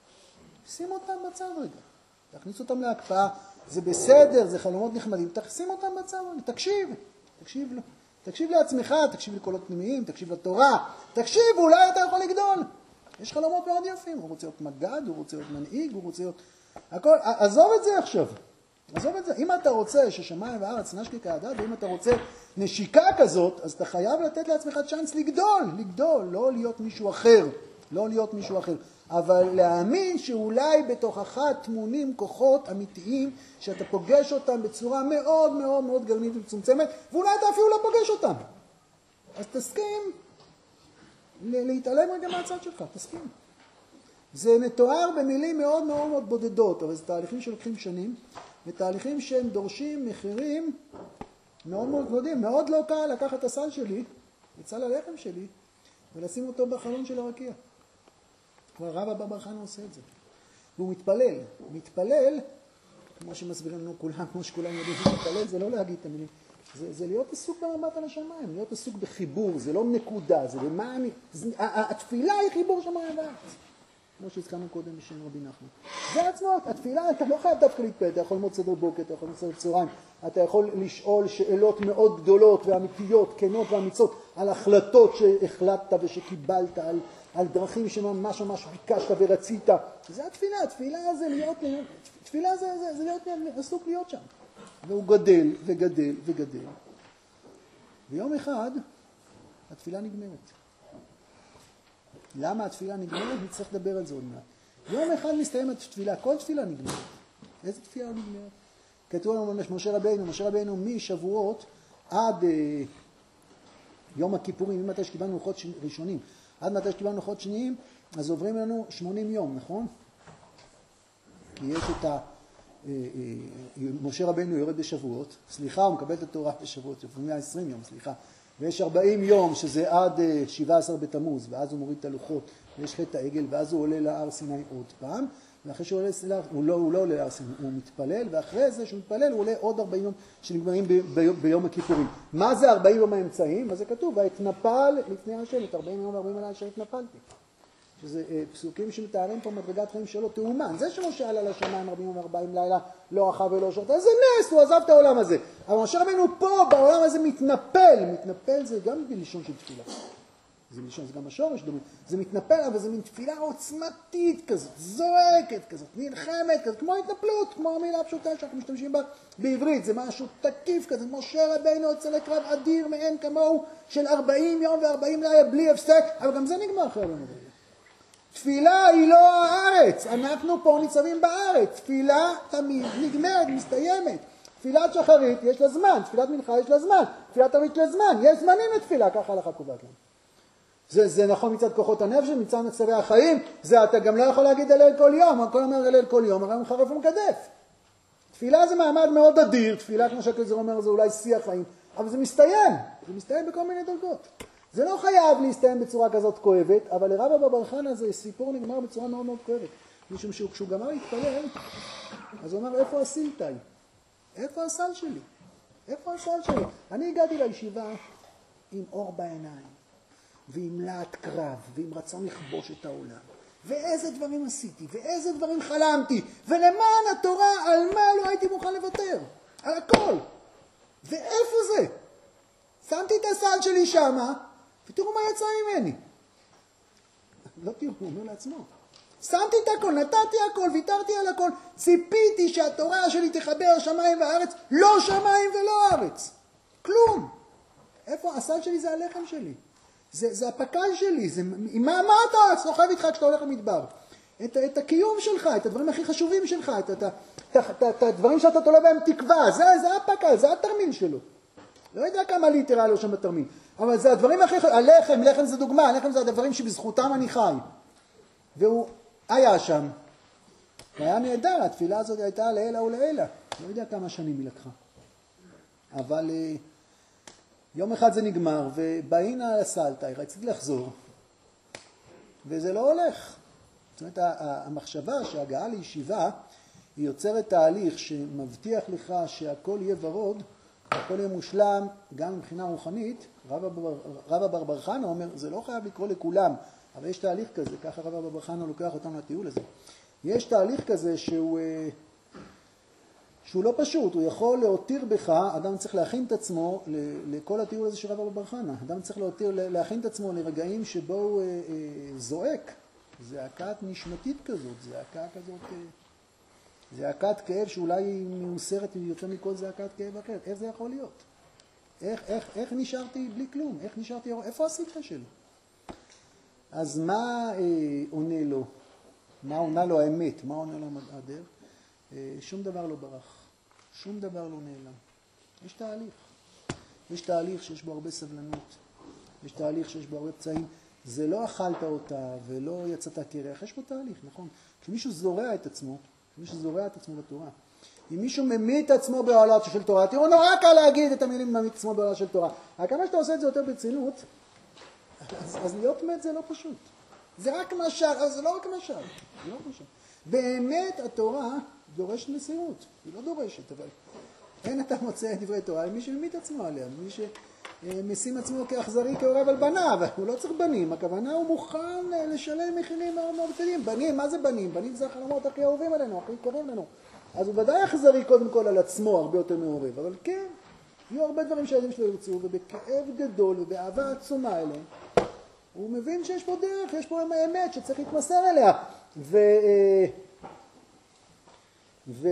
שים אותם בצד רגע. תכניס אותם להקפאה, זה בסדר, זה חלומות נחמדים, תשים אותם בצד רגע, תקשיב, תקשיב לו. תקשיב לעצמך, תקשיב לקולות פנימיים, תקשיב לתורה, תקשיב, אולי אתה יכול לגדול. יש חלומות מאוד יפים, הוא רוצה להיות מגד, הוא רוצה להיות מנהיג, הוא רוצה להיות... הכל, עזוב את זה עכשיו. עזוב את זה. אם אתה רוצה ששמיים וארץ נשקה כעדד, ואם אתה רוצה נשיקה כזאת, אז אתה חייב לתת לעצמך צ'אנס לגדול, לגדול, לא להיות מישהו אחר, לא להיות מישהו אחר. אבל להאמין שאולי בתוכך תמונים כוחות אמיתיים, שאתה פוגש אותם בצורה מאוד מאוד מאוד גרעינית ומצומצמת, ואולי אתה אפילו לא פוגש אותם. אז תסכים להתעלם רגע מהצד שלך, תסכים. זה מתואר במילים מאוד מאוד מאוד בודדות, אבל זה תהליכים שלוקחים שנים, ותהליכים שהם דורשים מחירים מאוד מאוד גדולים. מאוד לא קל לקחת את הסל שלי, את סל הלחם שלי, ולשים אותו בחלון של הרקיע. כבר רב אבא בר חנה עושה את זה. והוא מתפלל. מתפלל, כמו שמסבירים לנו כולם, כמו שכולם יודעים, מתפלל זה לא להגיד את המילים. זה, זה להיות עסוק במבט על השמיים, להיות עסוק בחיבור, זה לא נקודה, זה במה אני... זה, התפילה היא חיבור שמיים וארץ. כמו שהזכרנו קודם בשם רבי נחמן. זה עצמו, התפילה, אתה לא חייב דווקא להתפלל, אתה יכול ללמוד סדר בוקר, אתה יכול ללמוד סדר צהריים, אתה יכול לשאול שאלות מאוד גדולות ואמיתיות, כנות ואמיצות, על החלטות שהחלטת ושקיבלת, על, על דרכים שממש ממש ביקשת ורצית. זה התפילה, התפילה זה להיות, תפילה זה, זה, זה להיות עסוק להיות שם. והוא גדל וגדל וגדל. ויום אחד התפילה נגמרת. למה התפילה נגמרת? נצטרך לדבר על זה עוד מעט. יום אחד מסתיים התפילה, כל תפילה נגמרת. איזה תפילה נגמרת? כתוב לנו משה רבינו, משה רבינו משבועות עד אה, יום הכיפורים, ממתי שקיבלנו לוחות ראשונים, עד מתי שקיבלנו לוחות שניים, אז עוברים לנו שמונים יום, נכון? כי יש את ה... אה, אה, משה רבינו יורד בשבועות, סליחה, הוא מקבל את התורה בשבועות, מאה ועשרים יום, סליחה. ויש ארבעים יום שזה עד שבעה עשר בתמוז, ואז הוא מוריד את הלוחות, ויש חטא העגל, ואז הוא עולה להר סיני עוד פעם, ואחרי שהוא עולה להר, הוא לא, הוא לא עולה להר סיני, הוא מתפלל, ואחרי זה שהוא מתפלל הוא עולה עוד ארבעים יום שנגמרים ב, ב, ביום הכיפורים. מה זה ארבעים יום האמצעים? אז זה כתוב, והתנפל לפני השם, את ארבעים יום וארבעים עלי אשר התנפלתי. שזה אה, פסוקים שמתארים פה מדרגת חיים שלו, תאומן. זה שמשה עלה לשמיים ארבעים יום וארבעים לילה, לא אכל ולא שתה, זה נס, הוא עזב את העולם הזה. אבל משה רבינו פה, בעולם הזה מתנפל. מתנפל זה גם בלשון של תפילה. זה בלשון, זה גם השורש דומה. זה מתנפל, אבל זה מין תפילה עוצמתית כזאת, זועקת כזאת, נלחמת כזאת, כמו התנפלות, כמו המילה הפשוטה שאנחנו משתמשים בה בעברית. זה משהו תקיף כזה. משה רבינו יוצא לקרב אדיר מאין כמוהו של ארבעים יום וארבעים לילה בלי הפסק, אבל גם זה נגמר אחרי הרבינו. תפילה היא לא הארץ, אנחנו פה ניצבים בארץ, תפילה תמיד נגמרת, מסתיימת. תפילת שחרית יש לה זמן, תפילת מנחה יש לה זמן, תפילת ערבית יש לה זמן, יש זמנים לתפילה, ככה הלכה קובעת לנו. זה, זה נכון מצד כוחות הנפש, מצד מצבי החיים, זה אתה גם לא יכול להגיד הלל כל יום, הכל אומר הלל כל יום, הרי הוא מחרף ומקדף. תפילה זה מעמד מאוד אדיר, תפילה כמו שהקזר אומר זה אולי שיא החיים, אבל זה מסתיים, זה מסתיים בכל מיני דרגות. זה לא חייב להסתיים בצורה כזאת כואבת, אבל לרב אבא בר חנה זה סיפור נגמר בצורה מאוד מאוד כואבת. משום שכשהוא גמר להתפלל, אז הוא אמר, איפה הסילתאי? איפה הסל שלי? איפה הסל שלי? אני הגעתי לישיבה עם אור בעיניים, ועם להט קרב, ועם רצון לכבוש את העולם. ואיזה דברים עשיתי, ואיזה דברים חלמתי, ולמען התורה, על מה לא הייתי מוכן לוותר? על הכל. ואיפה זה? שמתי את הסל שלי שמה, ותראו מה יצא ממני. לא תראו, הוא אומר לעצמו. שמתי את הכל, נתתי הכל, ויתרתי על הכל, ציפיתי שהתורה שלי תחבר שמיים וארץ, לא שמיים ולא ארץ. כלום. איפה? הסל שלי זה הלחם שלי. זה, זה הפקל שלי. זה, מה, מה אתה סוחב איתך כשאתה הולך למדבר? את, את הקיום שלך, את הדברים הכי חשובים שלך, את, את, את, את, את הדברים שאתה תולה בהם תקווה. זה, זה הפקל, זה התרמיל שלו. לא יודע כמה ליטר היה לו שם בתרמיל. אבל זה הדברים הכי חשובים. הלחם, לחם זה דוגמה, הלחם זה הדברים שבזכותם אני חי. והוא היה שם. והיה נהדר, התפילה הזאת הייתה לעילה ולעילה. לא יודע כמה שנים היא לקחה. אבל uh, יום אחד זה נגמר, ובאינה לסלטה, רציתי לחזור. וזה לא הולך. זאת אומרת, המחשבה שהגעה לישיבה, היא יוצרת תהליך שמבטיח לך שהכל יהיה ורוד, הכל יהיה מושלם, גם מבחינה רוחנית. רב אבא בר חנה אומר, זה לא חייב לקרוא לכולם, אבל יש תהליך כזה, ככה רב אבא בר חנה לוקח אותנו לטיול הזה. יש תהליך כזה שהוא, שהוא לא פשוט, הוא יכול להותיר בך, אדם צריך להכין את עצמו לכל הטיול הזה של רב אבא בר חנה. אדם צריך להותיר, להכין את עצמו לרגעים שבו הוא זועק, זעקת נשמתית כזאת, זעקה כזאת, זעקת כאב שאולי היא מאוסרת ויוצא מכל זעקת כאב אחר. איך זה יכול להיות? איך, איך, איך נשארתי בלי כלום? איך נשארתי, איפה הסלטה שלי? אז מה אה, עונה לו? מה עונה לו האמת? מה עונה לו המדר? אה, שום דבר לא ברח. שום דבר לא נעלם. יש תהליך. יש תהליך שיש בו הרבה סבלנות. יש תהליך שיש בו הרבה פצעים. זה לא אכלת אותה ולא יצאת קרח, יש פה תהליך, נכון? כשמישהו זורע את עצמו, כשמישהו זורע את עצמו בתורה, אם מישהו ממית את עצמו בעולה של תורה, תראו, נורא קל להגיד את המילים ממית את עצמו בעולה של תורה. רק כמה שאתה עושה את זה יותר ברצינות, אז, אז להיות מת זה לא פשוט. זה רק משל, אבל זה לא רק משל, זה לא משל. באמת התורה דורשת מסירות, היא לא דורשת, אבל אין אתה מוצא דברי תורה למי שממית עצמו עליה, למי שמשים עצמו כאכזרי כאורב על בניו, הוא לא צריך בנים, הכוונה הוא מוכן לשלם מחירים מאוד מאוד כבדים. בנים, מה זה בנים? בנים זה החלומות הכי אהובים עלינו, הכי קרובים לנו. אז הוא ודאי אכזרי קודם כל על עצמו, הרבה יותר מעורב, אבל כן, יהיו הרבה דברים שהילדים שלו ירצו, ובכאב גדול ובאהבה עצומה אליהם, הוא מבין שיש פה דרך, יש פה האמת שצריך להתמסר אליה. ו... ו...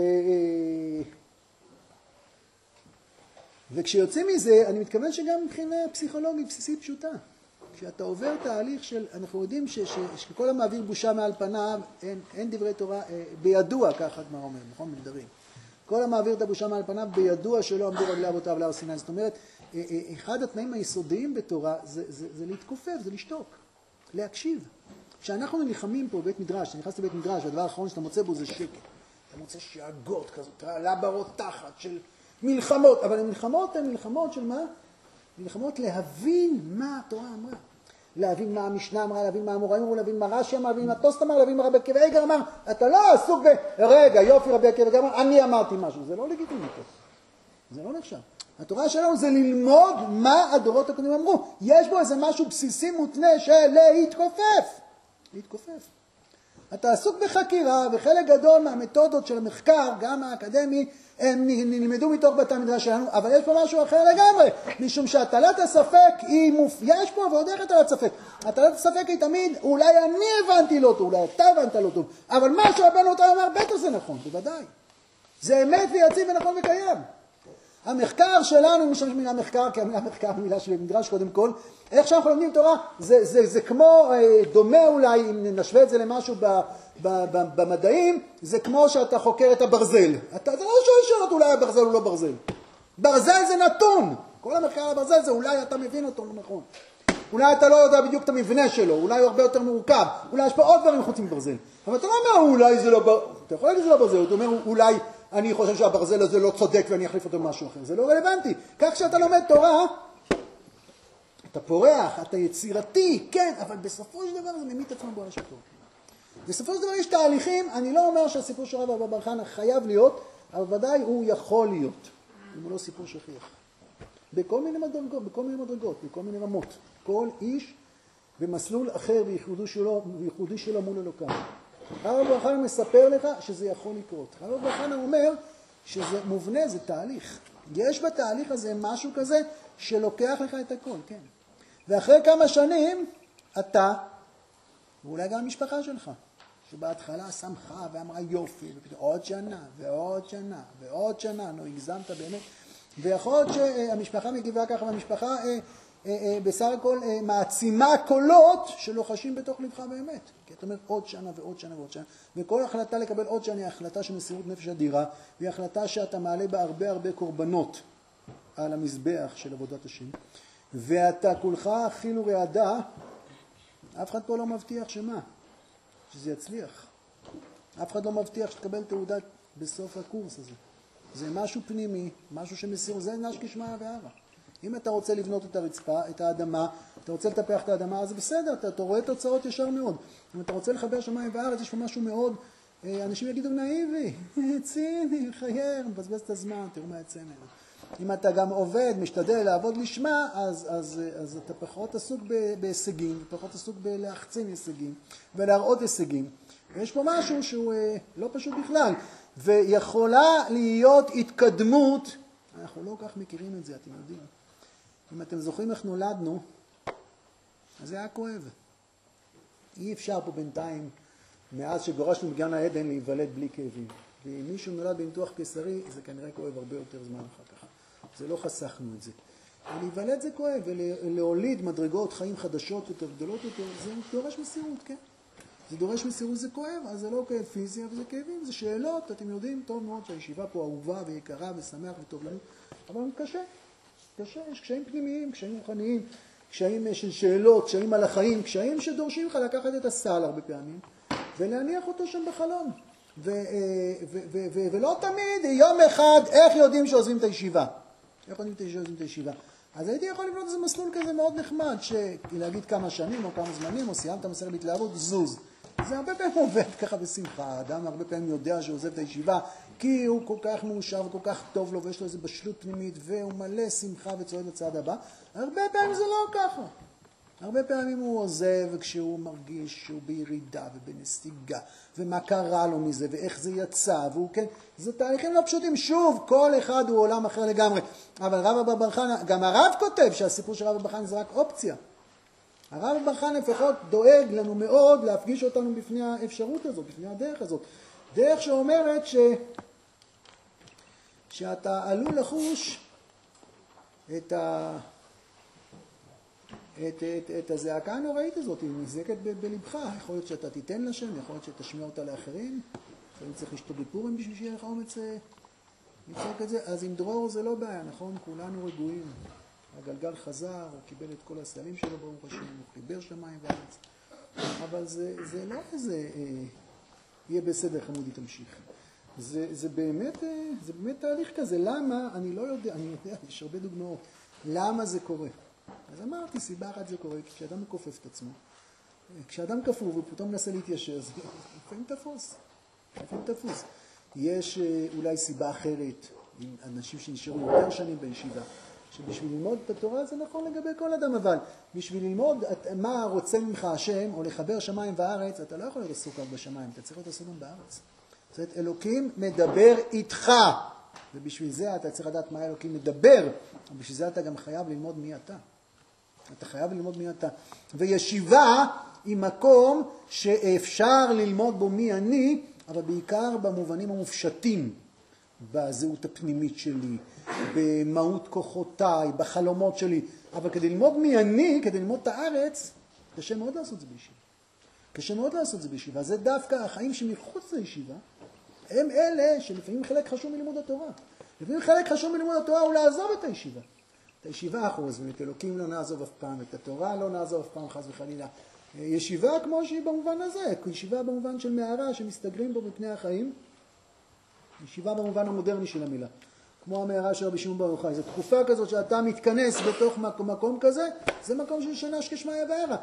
וכשיוצאים מזה, אני מתכוון שגם מבחינה פסיכולוגית בסיסית פשוטה. כשאתה עובר תהליך של, אנחנו יודעים ש, ש, שכל המעביר בושה מעל פניו, אין, אין דברי תורה, אה, בידוע, ככה הגמרא אומר, נכון? מגדרים. כל המעביר את הבושה מעל פניו, בידוע שלא עמדו רגלי אבותיו להר סיני. זאת אומרת, אה, אה, אחד התנאים היסודיים בתורה זה, זה, זה להתכופף, זה לשתוק, להקשיב. כשאנחנו נלחמים פה בבית מדרש, אתה נכנס לבית מדרש, והדבר האחרון שאתה מוצא בו זה שקט. אתה מוצא שאגות כזאת, תרעלה ברותחת של מלחמות, אבל המלחמות הן מלחמות של מה? מלחמות להבין מה התורה אמרה. להבין מה המשנה אמרה, להבין מה המוראים אמרו, להבין מה רש"י אמר, להבין מה טוסט אמר, להבין מה רבי עקיבא איגר אמר. אתה לא עסוק ב... רגע, יופי רבי עקיבא איגר אמר, אני אמרתי משהו. זה לא לגיטימי פה. זה לא נחשב. התורה שלנו זה ללמוד מה הדורות הקודמים אמרו. יש בו איזה משהו בסיסי מותנה של להתכופף. להתכופף. אתה עסוק בחקירה, וחלק גדול מהמתודות של המחקר, גם האקדמי, הם נלמדו מתוך בתי המדרש שלנו, אבל יש פה משהו אחר לגמרי, משום שהטלת הספק היא מופ... יש פה ועוד איך הטלת ספק. הטלת הספק היא תמיד, אולי אני הבנתי לא טוב, אולי אתה הבנת לא טוב, אבל מה שרבנו אותה אומר, בטח זה נכון, בוודאי. זה אמת ויציב ונכון וקיים. המחקר שלנו, משום שמילה מחקר, כי המילה מחקר היא מילה של מדרש קודם כל, איך שאנחנו לומדים תורה, זה, זה, זה כמו, דומה אולי, אם נשווה את זה למשהו ב, ב, ב, במדעים, זה כמו שאתה חוקר את הברזל. אתה לא שואל שאלות, אולי הברזל הוא לא ברזל. ברזל זה נתון. כל המחקר על הברזל זה אולי אתה מבין אותו לא נכון. אולי אתה לא יודע בדיוק את המבנה שלו, אולי הוא הרבה יותר מורכב, אולי יש פה עוד דברים חוץ מברזל. אבל אתה לא אומר, אולי זה לא ברזל, אתה יכול להגיד זה לא ברזל, אתה אומר, אולי אני חושב שהברזל הזה לא צודק ואני אחליף אותו במשהו אחר. זה לא רלוונטי. כך שאתה לומד תורה, אתה פורח, אתה יצירתי, כן, אבל בסופו של דבר זה ממית עצמו בו השתור. בסופו של דבר יש תהליכים, אני לא אומר שהסיפור של רב אבא בר חנא חייב להיות, אבל ודאי הוא יכול להיות, אם הוא לא סיפור שכיח. בכל מיני מדרגות, בכל מיני מדרגות, בכל מיני רמות. כל איש במסלול אחר וייחודי שלו, וייחודי שלו מול אלוקיו. רב אבא בר חנא מספר לך שזה יכול לקרות. רב אבא בר חנא אומר שזה מובנה, זה תהליך. יש בתהליך הזה משהו כזה שלוקח לך את הכל, כן. ואחרי כמה שנים אתה, ואולי גם המשפחה שלך, שבהתחלה שמחה ואמרה יופי, ועוד שנה, ועוד שנה, ועוד שנה, נו, הגזמת באמת. ויכול להיות שהמשפחה מגיבה ככה, והמשפחה אה, אה, אה, בסך הכל אה, מעצימה קולות שלוחשים בתוך לבך באמת. כי אתה אומר עוד שנה ועוד שנה ועוד שנה. וכל החלטה לקבל עוד שנה היא החלטה של מסירות נפש אדירה, והיא החלטה שאתה מעלה בה הרבה הרבה קורבנות על המזבח של עבודת השם. ואתה כולך אכיל ורעדה, אף אחד פה לא מבטיח שמה? שזה יצליח. אף אחד לא מבטיח שתקבל תעודה בסוף הקורס הזה. זה משהו פנימי, משהו שמסיר, זה נש כשמיא ואהבה. אם אתה רוצה לבנות את הרצפה, את האדמה, אתה רוצה לטפח את האדמה, אז בסדר, אתה, אתה רואה תוצאות ישר מאוד. אם אתה רוצה לחבר שמיים וארץ, יש פה משהו מאוד, אנשים יגידו נאיבי, ציני, חייר, מבזבז את הזמן, תראו מה יצא ממנו. אם אתה גם עובד, משתדל לעבוד לשמה, אז, אז, אז אתה פחות עסוק בהישגים, פחות עסוק בלהחצין הישגים ולהראות הישגים. ויש פה משהו שהוא לא פשוט בכלל. ויכולה להיות התקדמות, אנחנו לא כך מכירים את זה, אתם יודעים. אם אתם זוכרים איך נולדנו, אז זה היה כואב. אי אפשר פה בינתיים, מאז שגורשנו מגן העדן, להיוולד בלי כאבים. ואם מישהו נולד בניתוח קיסרי, זה כנראה כואב הרבה יותר זמן אחר כך. זה לא חסכנו את זה. ולהיוולד זה כואב, ולהוליד מדרגות חיים חדשות יותר, גדולות יותר, זה דורש מסירות, כן? זה דורש מסירות, זה כואב, אז זה לא כאב פיזי, אבל זה כאבים, זה שאלות, אתם יודעים טוב מאוד שהישיבה פה אהובה ויקרה ושמח וטוב לנו, אבל קשה, קשה, יש קשיים פנימיים, קשיים רוחניים, קשיים של שאלות, קשיים על החיים, קשיים שדורשים לך לקחת את הסל הרבה פעמים, ולהניח אותו שם בחלון. ו- ו- ו- ו- ולא תמיד, יום אחד, איך יודעים שעוזבים את הישיבה? איך יודעים שעוזבים את הישיבה? אז הייתי יכול לבנות איזה מסלול כזה מאוד נחמד, שלהגיד כמה שנים או כמה זמנים, או סיימת מסר בהתלהבות, זוז. זה הרבה פעמים עובד ככה בשמחה. האדם הרבה פעמים יודע שעוזב את הישיבה, כי הוא כל כך מאושר וכל כך טוב לו, ויש לו איזו בשלות פנימית, והוא מלא שמחה וצועד לצעד הבא. הרבה פעמים זה לא ככה. הרבה פעמים הוא עוזב כשהוא מרגיש שהוא בירידה ובנסיגה, ומה קרה לו מזה, ואיך זה יצא, והוא כן, זה תהליכים לא פשוטים. שוב, כל אחד הוא עולם אחר לגמרי. אבל רב אבא בר חנא, גם הרב כותב שהסיפור של רב אבא בר חנא זה רק אופציה. הרב בר חנא לפחות דואג לנו מאוד להפגיש אותנו בפני האפשרות הזאת, בפני הדרך הזאת. דרך שאומרת ש... שאתה עלול לחוש את ה... את, את, את הזעקה הנוראית הזאת, היא נזעקת ב- בלבך. יכול להיות שאתה תיתן לשם, יכול להיות שתשמיע אותה לאחרים, לפעמים צריך לשתות בפורים בשביל שיהיה לך אומץ לצעוק את זה. אז עם דרור זה לא בעיה, נכון? כולנו רגועים. הגלגל חזר, הוא קיבל את כל הסלים שלו ברוך השם, הוא חיבר שמיים וארץ. אבל זה, זה לא איזה, אה, יהיה בסדר חמודי תמשיך. זה, זה, באמת, אה, זה באמת תהליך כזה. למה? אני לא יודע, אני יודע, יש הרבה דוגמאות. למה זה קורה? אז אמרתי, סיבה אחת זה קורה, כי כשאדם מכופף את עצמו, כשאדם כפוף ופתאום מנסה להתיישר, זה לפעמים תפוס, לפעמים תפוס. יש אולי סיבה אחרת, עם אנשים שנשארו יותר שנים בישיבה, שבשביל ללמוד את התורה זה נכון לגבי כל אדם, אבל בשביל ללמוד מה רוצה ממך השם, או לחבר שמיים וארץ, אתה לא יכול להיות עסוק רק בשמיים, אתה צריך להיות עסוק גם בארץ. זאת אומרת, אלוקים מדבר איתך, ובשביל זה אתה צריך לדעת מה אלוקים מדבר, ובשביל זה אתה גם חייב ללמוד מי אתה. אתה חייב ללמוד מי אתה. וישיבה היא מקום שאפשר ללמוד בו מי אני, אבל בעיקר במובנים המופשטים, בזהות הפנימית שלי, במהות כוחותיי, בחלומות שלי. אבל כדי ללמוד מי אני, כדי ללמוד את הארץ, קשה מאוד לעשות זה בישיבה. קשה מאוד לעשות זה בישיבה. זה דווקא החיים שמחוץ לישיבה, הם אלה שלפעמים חלק חשוב מלימוד התורה. לפעמים חלק חשוב מלימוד התורה הוא לעזוב את הישיבה. את הישיבה אחוז, ואת אלוקים לא נעזוב אף פעם, את התורה לא נעזוב אף פעם, חס וחלילה. ישיבה כמו שהיא במובן הזה, ישיבה במובן של מערה שמסתגרים בו בפני החיים, ישיבה במובן המודרני של המילה. כמו המערה של רבי שמעון בר יוחאי, זו תקופה כזאת שאתה מתכנס בתוך מקום, מקום כזה, זה מקום של שנה שקשמיה וערה,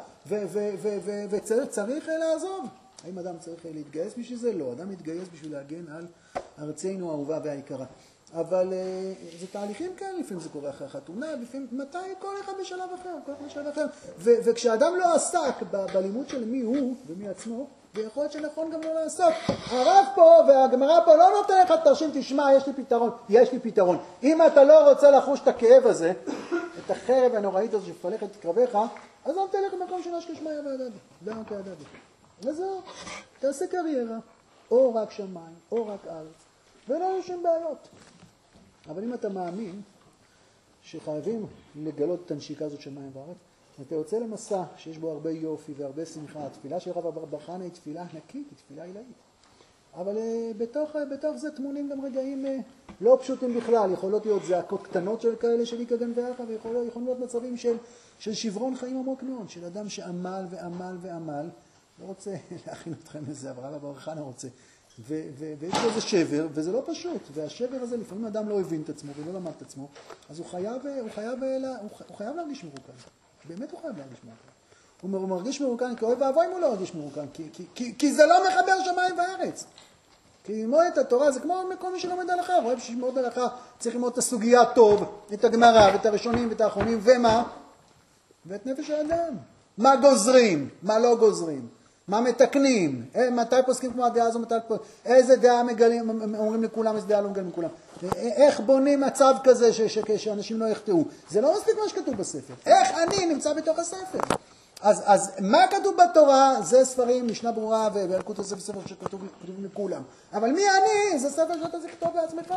וצריך לעזוב. האם אדם צריך להתגייס בשביל זה? לא, אדם מתגייס בשביל להגן על ארצנו האהובה והעיקרה. אבל זה תהליכים כאלה, לפעמים זה קורה אחרי החתונה, לפעמים מתי כל אחד בשלב אחר, כל אחד בשלב אחר. ו- וכשאדם לא עסק ב- בלימוד של מי הוא ומי עצמו, ויכול להיות שנכון גם לא לעסוק. הרב פה והגמרא פה לא נותן לך תרשים, תשמע, יש לי פתרון, יש לי פתרון. אם אתה לא רוצה לחוש את הכאב הזה, את החרב הנוראית הזו שפלך את קרבך, אז אל תלך למקום של אשכשמיא ועדדי, ואין כעדדי. וזהו, תעשה קריירה, או רק שמיים, או רק ארץ, ולא יש שום בעיות. אבל אם אתה מאמין שחייבים לגלות את הנשיקה הזאת של מים וארץ, אתה יוצא למסע שיש בו הרבה יופי והרבה שמחה. התפילה של רב בר חנא היא תפילה ענקית, היא תפילה עילאית. אבל uh, בתוך, uh, בתוך זה תמונים גם רגעים uh, לא פשוטים בכלל. יכולות להיות זעקות קטנות של כאלה של איקגן ואחה, ויכולים להיות מצבים של, של שברון חיים עמוק מאוד, של אדם שעמל ועמל ועמל. לא רוצה להכין אתכם לזה, אבל רב בר חנא רוצה. ו- ו- ויש לו איזה שבר, וזה לא פשוט. והשבר הזה, לפעמים אדם לא הבין את עצמו ולא למד את עצמו, אז הוא חייב, הוא חייב, הוא, הוא חייב להרגיש מרוקן. באמת הוא חייב להרגיש מרוקן. הוא מרגיש מרוקן, כי אוהב ואבוי אם הוא לא מרגיש מרוקן, כי, כי, כי, כי זה לא מחבר שמיים וארץ. כי ללמוד את התורה זה כמו כל מי שלומד הלכה, רואה בשביל ללמוד הלכה, צריך ללמוד את הסוגיה טוב, את הגמרא, ואת הראשונים ואת האחרונים, ומה? ואת נפש האדם. מה גוזרים, מה לא גוזרים. מה מתקנים, מתי פוסקים כמו הדעה הזו, מתי פוסקים, איזה דעה מגלים, אומרים לכולם, איזה דעה לא מגלים לכולם. איך בונים מצב כזה ש- ש- שאנשים לא יחטאו? זה לא מספיק מה שכתוב בספר. איך אני נמצא בתוך הספר? אז, אז מה כתוב בתורה? זה ספרים, משנה ברורה ואלקוט יוסף, ספר שכתוב לכולם. אבל מי אני? זה ספר שאתה צריך לכתוב בעצמך.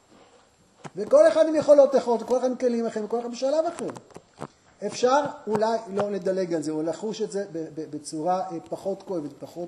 וכל אחד עם יכולות אחרות, וכל אחד עם כלים אחרים, וכל אחד בשלב אחר. אפשר אולי לא לדלג על זה, או לחוש את זה בצורה פחות כואבת, פחות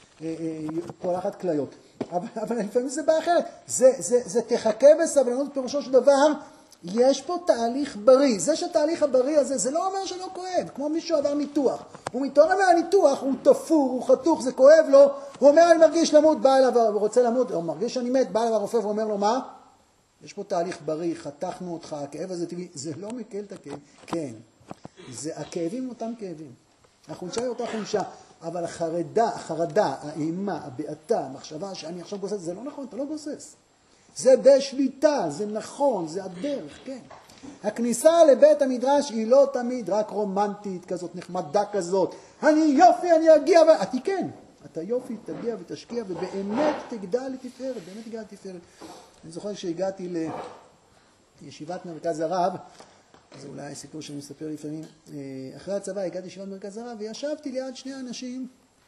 פולחת כליות. אבל, אבל לפעמים זה בא אחרת. זה, זה, זה תחכה בסבלנות פירושו של דבר, יש פה תהליך בריא. זה שתהליך הבריא הזה, זה לא אומר שלא כואב, כמו מישהו עבר ניתוח. הוא מתעורר מהניתוח, הוא תפור, הוא חתוך, זה כואב לו, הוא אומר, אני מרגיש למות, בא אליו, הוא רוצה למות, הוא מרגיש שאני מת, בא אליו הרופא ואומר לו, מה? יש פה תהליך בריא, חתכנו אותך, הכאב הזה טבעי, זה לא מקל את הכאב, כן. זה, הכאבים אותם כאבים. החונשה היא אותה חונשה, אבל החרדה, החרדה, האימה, הבעתה, המחשבה שאני עכשיו גוסס, זה לא נכון, אתה לא גוסס. זה בשליטה, זה נכון, זה הדרך, כן. הכניסה לבית המדרש היא לא תמיד רק רומנטית כזאת, נחמדה כזאת. אני יופי, אני אגיע, ו... אתה כן, אתה יופי, תגיע ותשקיע, ובאמת תגדל לתפארת, באמת תגדל לתפארת. אני זוכר שהגעתי לישיבת מרכז הרב, זה אולי סיפור שאני מספר לפעמים, אחרי הצבא הגעתי לישיבת מרכז הרב, וישבתי ליד שני אנשים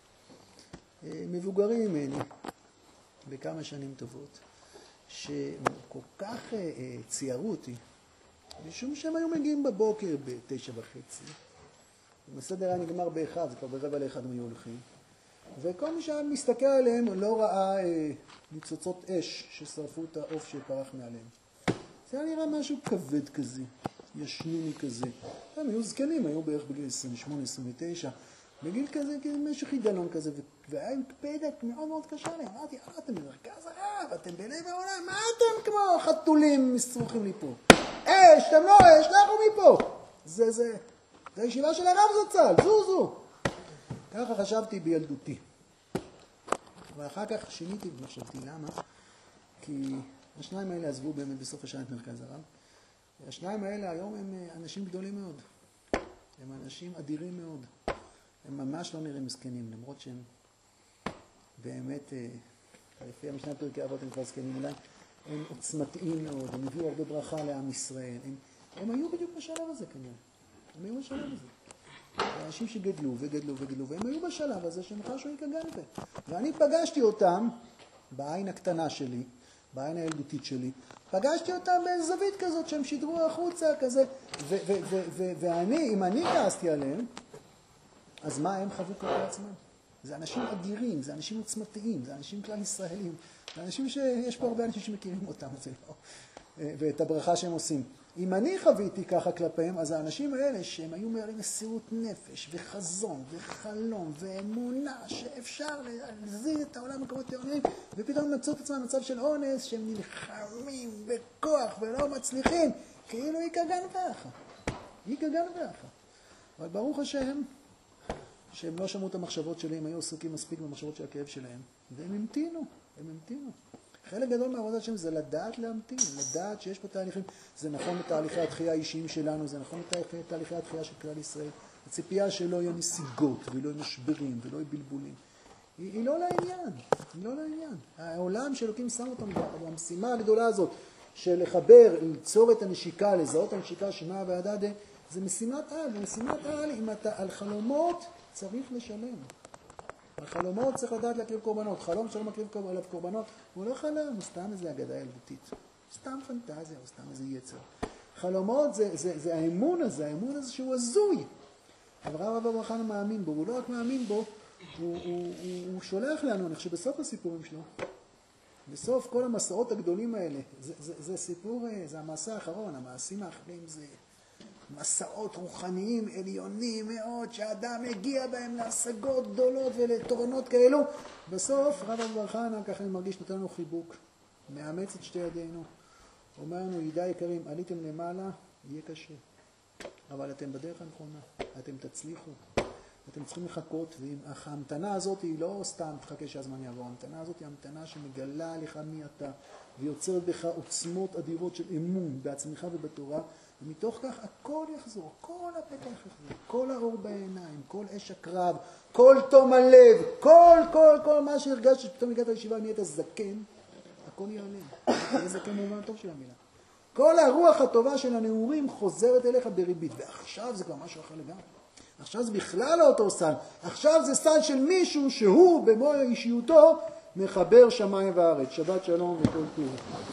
מבוגרים ממני, בכמה שנים טובות. שכל כך ציירו אותי, משום שהם היו מגיעים בבוקר בתשע וחצי. בסדר היה נגמר באחד, זה כבר ברבע לאחד הם היו הולכים. וכל מי שהיה מסתכל עליהם לא ראה ניצוצות אש ששרפו את העוף שפרח מעליהם. זה היה נראה משהו כבד כזה, ישניני כזה. הם היו זקנים, היו בערך בגיל עשרים ושמונה עשרים ותשע. בגיל כזה, משהו חידלון כזה, והיה עם קפדת מאוד מאוד קשה להם. אמרתי, אתם במרכז הרב, אתם בלב העולם, מה אתם כמו חתולים מסרוחים לי פה? אש, אתם לא אש, לכו מפה. זה, זה, זה הישיבה של הרב זצ"ל, זו, זו. ככה חשבתי בילדותי. אבל אחר כך שיניתי במחשבתי, למה? כי השניים האלה עזבו באמת בסוף השנה את מרכז הרב. השניים האלה היום הם אנשים גדולים מאוד. הם אנשים אדירים מאוד. הם ממש לא נראים מסכנים, למרות שהם באמת, לפי המשנה פרקי אבות הם כבר זקנים אולי, הם עוצמתיים מאוד, הם הביאו הרבה ברכה לעם ישראל, הם, הם היו בדיוק בשלב הזה כנראה, הם היו בשלב הזה. אנשים שגדלו וגדלו וגדלו, והם היו בשלב הזה שהם חשו כגנבה. ואני פגשתי אותם בעין הקטנה שלי, בעין הילדותית שלי, פגשתי אותם בזווית כזאת שהם שידרו החוצה כזה, ו- ו- ו- ו- ואני, אם אני כעסתי עליהם, אז מה הם חוו כלפי עצמם? זה אנשים אדירים, זה אנשים עוצמתיים, זה אנשים כלל ישראלים, זה אנשים שיש פה הרבה אנשים שמכירים אותם, זה לא, ואת הברכה שהם עושים. אם אני חוויתי ככה כלפיהם, אז האנשים האלה שהם היו מעלים מסירות נפש וחזון וחלום ואמונה שאפשר להזיז את העולם במקומות תאונים, ופתאום מצאו את עצמם במצב של אונס, שהם נלחמים בכוח ולא מצליחים, כאילו היא כגן ואחה. היא כגן ואחה. אבל ברוך השם, שהם לא שמעו את המחשבות שלי, הם היו עסוקים מספיק במחשבות של הכאב שלהם, והם המתינו, הם המתינו. חלק גדול מהעבודת שלהם זה לדעת להמתין, לדעת שיש פה תהליכים, זה נכון בתהליכי התחייה האישיים שלנו, זה נכון בתהליכי התחייה של כלל ישראל. הציפייה שלא יהיו נסיגות, ולא יהיו משברים, ולא יהיו בלבולים. היא, היא לא לעניין, היא לא לעניין. העולם שאלוקים שם אותם, המשימה הגדולה הזאת, של לחבר, ליצור את הנשיקה, לזהות את הנשיקה, שמע ועדדה, זה משימת על, ומשימת על, אם אתה על חלומות, צריך לשלם. החלומות צריך לדעת להקריב קורבנות. חלום שלא מקריב עליו קורבנות, הוא לא חלום, הוא סתם איזה אגדה ילדותית. סתם פנטזיה, הוא סתם איזה יצר. חלומות זה, זה, זה האמון הזה, האמון הזה שהוא הזוי. אבל הרב אברהם חנה מאמין בו, הוא לא רק מאמין בו, הוא, הוא, הוא, הוא שולח לנו, אני חושב בסוף הסיפורים שלו, בסוף כל המסעות הגדולים האלה, זה, זה, זה סיפור, זה המסע האחרון, המעשים האחרים זה מסעות רוחניים עליונים מאוד, שהאדם מגיע בהם להשגות גדולות ולתורנות כאלו. בסוף רב אברהם חנה, ככה אני מרגיש, נותן לנו חיבוק, מאמץ את שתי ידינו, אומר לנו, ידיי יקרים, עליתם למעלה, יהיה קשה, אבל אתם בדרך הנכונה, אתם תצליחו, אתם צריכים לחכות, וההמתנה הזאת היא לא סתם תחכה שהזמן יעבור, ההמתנה הזאת היא המתנה שמגלה לך מי אתה, ויוצרת בך עוצמות אדירות של אמון בעצמך ובתורה, ומתוך כך הכל יחזור, כל הפתח יחזור, כל האור בעיניים, כל אש הקרב, כל תום הלב, כל, כל, כל מה שהרגש שפתאום הגעת לישיבה, נהיית זקן, הכל ייעלם. זה זקן במובן הטוב של המילה. כל הרוח הטובה של הנעורים חוזרת אליך בריבית, ועכשיו זה כבר משהו אחר לגמרי. עכשיו זה בכלל לא אותו סל, עכשיו זה סל של מישהו שהוא במו אישיותו מחבר שמיים וארץ. שבת שלום וכל טוב.